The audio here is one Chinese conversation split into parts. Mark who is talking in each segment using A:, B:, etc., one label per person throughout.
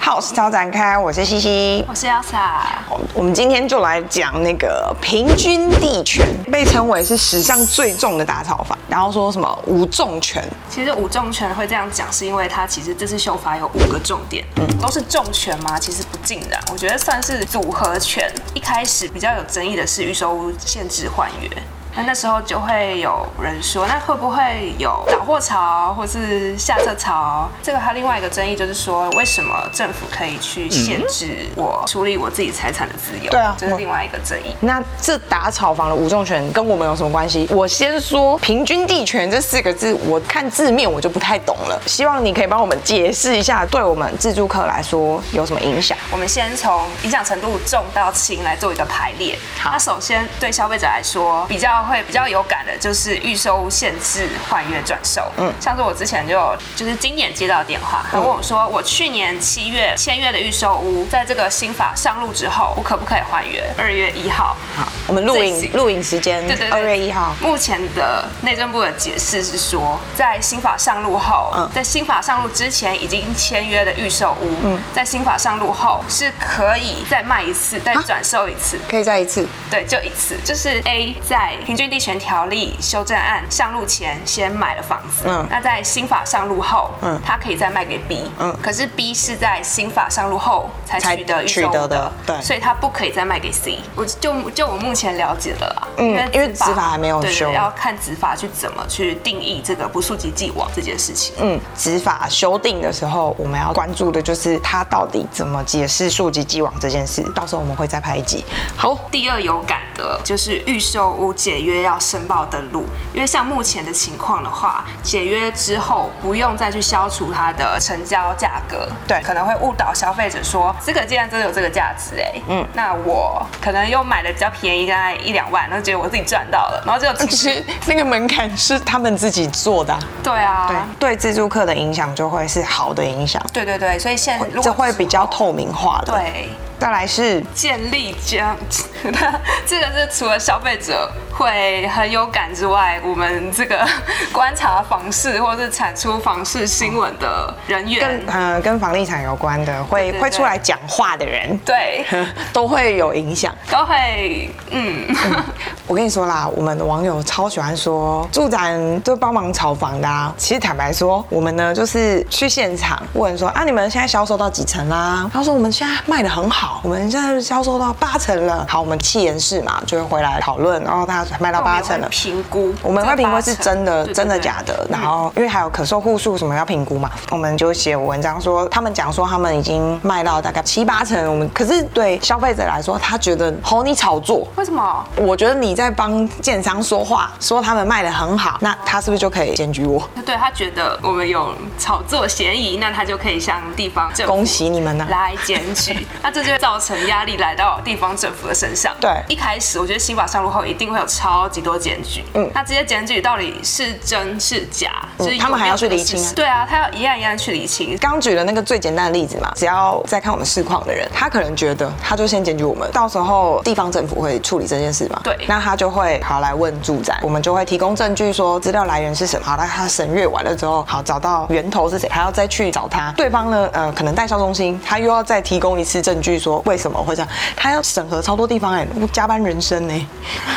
A: 好，事超展开，我是西西，
B: 我是 Elsa。
A: 我们今天就来讲那个平均地权，被称为是史上最重的打草法，然后说什么五重拳。
B: 其实五重拳会这样讲，是因为它其实这次修法有5个重点，都是重拳吗？其实不尽然，我觉得算是组合拳。一开始比较有争议的是预售屋限制换约。那时候就会有人说，那会不会有倒货潮或是下车潮？这个还有另外一个争议就是说，为什么政府可以去限制我处理我自己财产的自由？
A: 对啊，
B: 这是另外一个争议。
A: 那这打草房的五重拳跟我们有什么关系？我先说平均地权这4个字，我看字面我就不太懂了，希望你可以帮我们解释一下，对我们自住客来说有什么影响？
B: 我们先从影响程度重到轻来做一个排列。那首先对消费者来说，比较有感的就是预售屋限制换约转售。像是我之前就是今年接到电话，他问我说，我去年7月签约的预售屋，在这个新法上路之后，我可不可以换约？2月1号。
A: 好，我们录影时间2月1号。
B: 目前的内政部的解释是说，在新法上路后，在新法上路之前已经签约的预售屋，在新法上路后是可以再卖一次，再转售一次，
A: 可以再一次。
B: 对，就一次。就是 A 在平均地权条例修正案上路前先买了房子，那在新法上路后，他可以再卖给 B，可是 B 是在新法上路后才取得预售的，对，所以他不可以再卖给 C。就我目前了解的啦，因为执
A: 法还没有修，
B: 对，要看执法去怎么去定义这个不溯及既往这件事情。
A: 执法修订的时候，我们要关注的就是他到底怎么解释溯及既往这件事，到时候我们会再拍一集。好，
B: 第二有感的就是预售屋解约要申报登录，因为像目前的情况的话，解约之后不用再去消除它的成交价格，
A: 对，
B: 可能会误导消费者说这个既然真的有这个价值，那我可能又买的比较便宜，大概1-2万，然后觉得我自己赚到了，然后就
A: 其实那个门槛是他们自己做的，
B: 对啊，
A: 对自住客的影响就会是好的影响，
B: 对，所以现在
A: 这会比较透明化的，
B: 对。
A: 再来是
B: 建立这个是除了消费者会很有感之外，我们这个观察房市或是产出房市新闻的人员，
A: 跟房地产有关的，会出来讲话的人，
B: 对，
A: 都会有影响，
B: 都会
A: 我跟你说啦，我们的网友超喜欢说住展就帮忙炒房的啊。其实坦白说，我们呢就是去现场问说啊，你们现在销售到几成啦？他说我们现在卖得很好，我们现在销售到8成了。好，我们企研室嘛就会回来讨论，然后他卖到8成了，
B: 评估，
A: 我们会评估是真的假的，然后因为还有可售户数什么要评估嘛，我们就写文章说他们讲说他们已经卖到大概7-8成，我们可是对消费者来说，他觉得你炒作，
B: 为什么？
A: 我觉得你在帮建商说话，说他们卖得很好，那他是不是就可以检举我？
B: 对，他觉得我们有炒作嫌疑，那他就可以向地方政府
A: 恭喜你们呢
B: 来检举，那这就会造成压力来到地方政府的身上。
A: 对，
B: 一开始我觉得新法上路后一定会有超级多检举，那这些检举到底是真是假，就是
A: 他们还要去厘清啊。
B: 对啊，他要一样一样去厘清。
A: 刚举了那个最简单的例子嘛，只要在看我们市况的人，他可能觉得他就先检举我们，到时候地方政府会处理这件事嘛。
B: 对，
A: 那他就会好来问住展，我们就会提供证据说资料来源是什么。好，那他审阅完了之后，好找到源头是谁，还要再去找他。对方呢，可能代销中心，他又要再提供一次证据说为什么会这样，他要审核超多地方加班人生呢。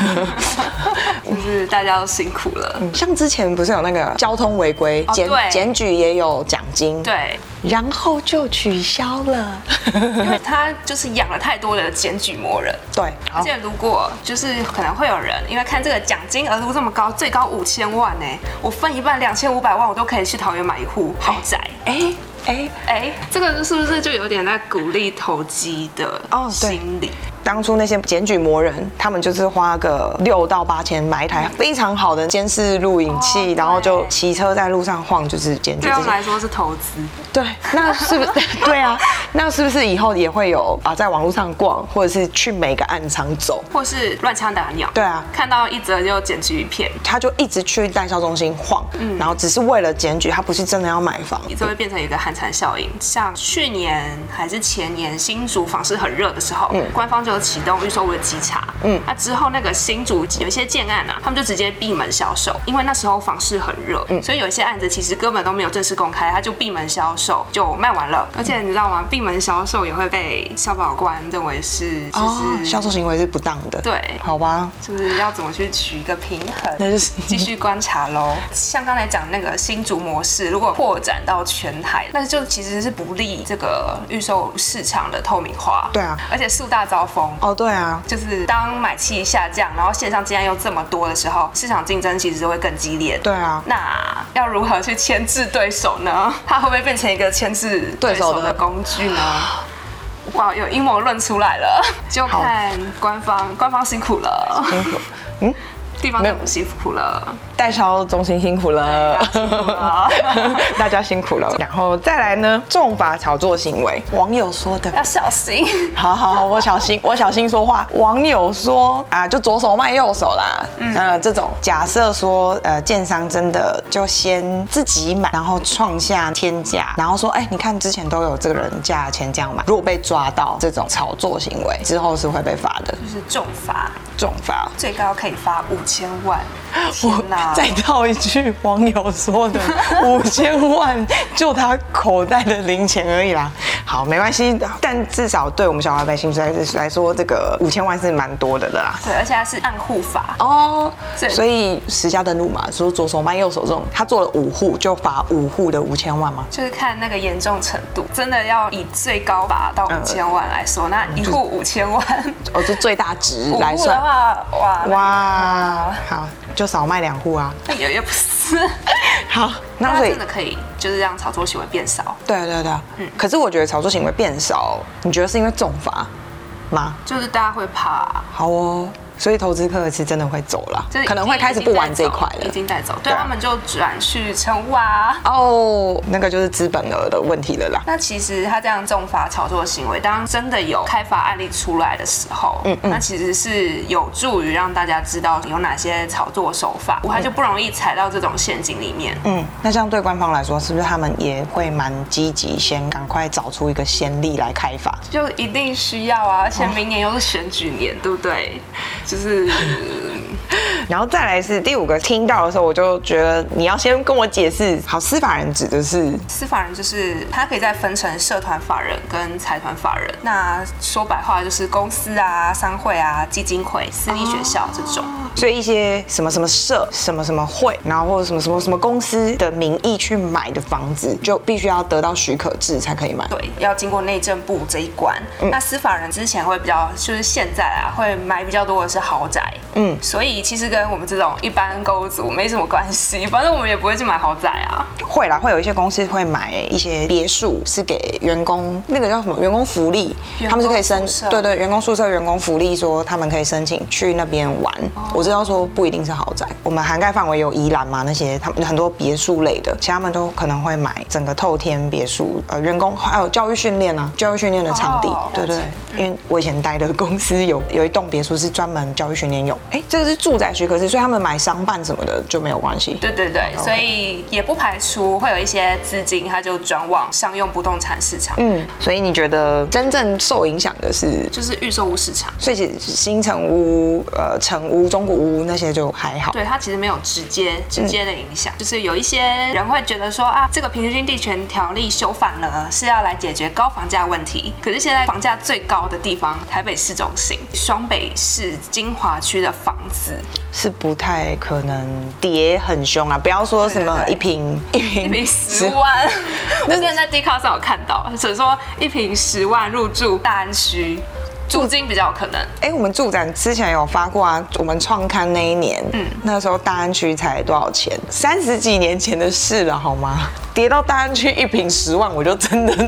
B: 就是大家都辛苦了。
A: 像之前不是有那个交通违规检举也有奖金，
B: 对，
A: 然后就取消了，
B: 因为他就是养了太多的检举魔人。
A: 对，
B: 而且如果就是可能会有人因为看这个奖金额度这么高，最高5000万呢，我分一半2500万，我都可以去桃园买一户豪宅。这个是不是就有点在鼓励投机的心理？
A: 当初那些检举魔人，他们就是花个6到8千买一台非常好的监视录影器，然后就骑车在路上晃，就是检举。
B: 对他们来说是投资。
A: 对，那是不是对啊？那是不是以后也会有在网络上逛，或者是去每个暗场走，
B: 或是乱枪打鸟？
A: 对啊，
B: 看到一则就检举一片，
A: 他就一直去代销中心晃，然后只是为了检举，他不是真的要买房，
B: 这会变成一个寒蝉效应。像去年还是前年新竹房市很热的时候，官方就候启动预售屋的稽查，那之后那个新竹有一些建案啊，他们就直接闭门销售，因为那时候房市很热，所以有一些案子其实根本都没有正式公开，他就闭门销售就卖完了。而且你知道吗？闭门销售也会被消保官认为是
A: 销售行为是不当的。
B: 对，
A: 好吧，
B: 就是要怎么去取一个平衡，
A: 那就是
B: 继续观察咯。像刚才讲那个新竹模式，如果扩展到全台，那就其实是不利这个预售市场的透明化。
A: 对啊，
B: 而且树大招风。
A: 哦，对啊，
B: 就是当买气下降，然后线上竟然又这么多的时候，市场竞争其实会更激烈。
A: 对啊，
B: 那要如何去牵制对手呢？它会不会变成一个牵制对手的工具呢？哇，有阴谋论出来了，就看官方辛苦了，
A: 辛苦，
B: 地方政府辛苦了，
A: 代销中心辛苦了，大家辛苦了。然后再来呢，重罚炒作行为，网友说的
B: 要小心。
A: 好，我小心说话。网友说啊，就左手卖右手啦。这种假设说，建商真的就先自己买，然后创下天价，然后说，你看之前都有这个人价钱这样买，如果被抓到这种炒作行为之后是会被罚的，
B: 就是重罚，最高可以罚5000万。天哪！
A: 再套一句网友说的，5000万就他口袋的零钱而已啦。好，没关系，但至少对我们小老百姓来说，这个5000万是蛮多的啦。
B: 对，而且它是按户罚
A: 哦，所以实价登录嘛，说左手卖右手这种，他做了5户就罚5户的5000万吗？
B: 就是看那个严重程度，真的要以最高罚到5000万来说，那一户5000万，
A: 就最大值来算
B: 的话，哇，
A: 好。就少卖2户啊，
B: 也不是。
A: 好，
B: 那真的可以，就是让炒作行为变少。
A: 对，可是我觉得炒作行为变少，你觉得是因为重罚吗？
B: 就是大家会怕。
A: 好哦。所以投资客是真的会走了，可能会开始不玩这一块了，
B: 已经带走，对，他们就转去成屋啊。
A: 哦，那个就是资本额的问题了啦。
B: 那其实他这样重罚炒作行为，当真的有开发案例出来的时候，那其实是有助于让大家知道有哪些炒作手法，他就不容易踩到这种陷阱里面。
A: 那这样对官方来说，是不是他们也会蛮积极，先赶快找出一个先例来开发？
B: 就一定需要啊，而且明年又是选举年，对不对？就是，
A: 然后再来是第5个，听到的时候我就觉得你要先跟我解释。好，司法人指的是
B: 司法人，就是它可以再分成社团法人跟财团法人。那说白话就是公司啊、商会啊、基金会、私立学校这种。
A: 所以一些什么什么社、什么什么会，然后或者什么什么什么公司的名义去买的房子，就必须要得到许可制才可以买。
B: 对，要经过内政部这一关。那司法人之前会比较，就是现在啊，会买比较多的是豪宅。所以其实跟我们这种一般购屋族没什么关系，反正我们也不会去买豪宅啊。
A: 会啦，会有一些公司会买一些别墅，是给员工，那个叫什么员工福利，他们是可以对员工宿舍、员工福利，说他们可以申请去那边玩。我知道说不一定是豪宅，我们涵盖范围有宜兰嘛，那些他们很多别墅类的，其实他们都可能会买整个透天别墅，员工还有教育训练啊，教育训练的场地，对，因为我以前待的公司有一栋别墅是专门教育训练用，这个是住宅许可制，所以他们买商办什么的就没有关系。对，
B: 所以也不排除会有一些资金，它就转往商用不动产市场。
A: 所以你觉得真正受影响的是
B: 就是预售屋市场，
A: 所以新成屋、成屋、中古屋那些就还好。
B: 对，它其实没有直接的影响，就是有一些人会觉得说啊，这个平均地权条例修法呢是要来解决高房价问题，可是现在房价最高的地方，台北市中心、双北市精华区的房子
A: 是不太可能跌很凶啊！不要说什么一平
B: 10万，我之前在 Dcard 上有看到，所以说一平10万入住大安区。租金比较有可能。
A: 我们住展之前有发过啊，我们创刊那一年，那时候大安区才多少钱？30几年前的事了，好吗？跌到大安区一平10万，我就真的，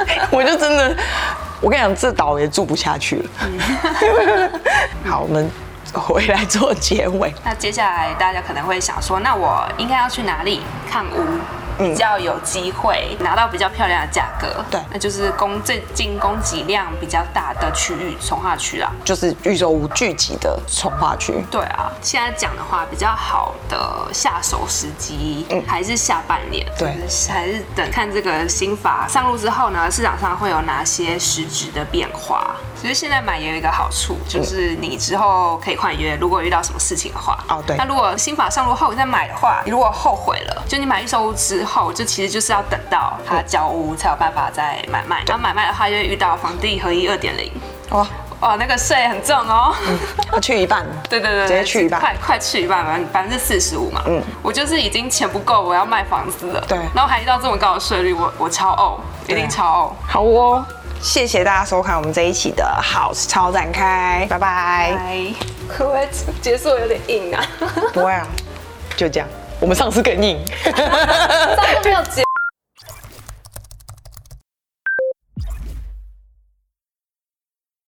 A: 我跟你讲，这岛也住不下去了。好，我们回来做结尾。
B: 那接下来大家可能会想说，那我应该要去哪里看屋？ 比较有机会拿到比较漂亮的价格。
A: 对，
B: 那就是最近供给量比较大的区域，从化区啦，
A: 就是预售屋聚集的从化区。
B: 对啊，现在讲的话，比较好的下手时机，还是下半年。
A: 对，
B: 还是等看这个新法上路之后呢，市场上会有哪些实质的变化。其实现在买也有一个好处，就是你之后可以换约，如果遇到什么事情的话。
A: 哦，对。
B: 那如果新法上路后你再买的话，你如果后悔了，就你买预售屋之后，就其实就是要等到它交屋才有办法再买卖。然后买卖的话，就会遇到房地合一2.0。哇。哇，那个税很重哦，
A: 要去一半，
B: 对，
A: 直接去一半，
B: 快去一半，45%嘛。我就是已经钱不够，我要卖房子了。
A: 对，
B: 然后还遇到这么高的税率，我超呕，一定超呕。
A: 好哦，谢谢大家收看我们这一期的House超展开，拜拜。
B: 会不会结束有点硬啊？
A: 不会啊，就这样。我们上次更硬，
B: 上次没有结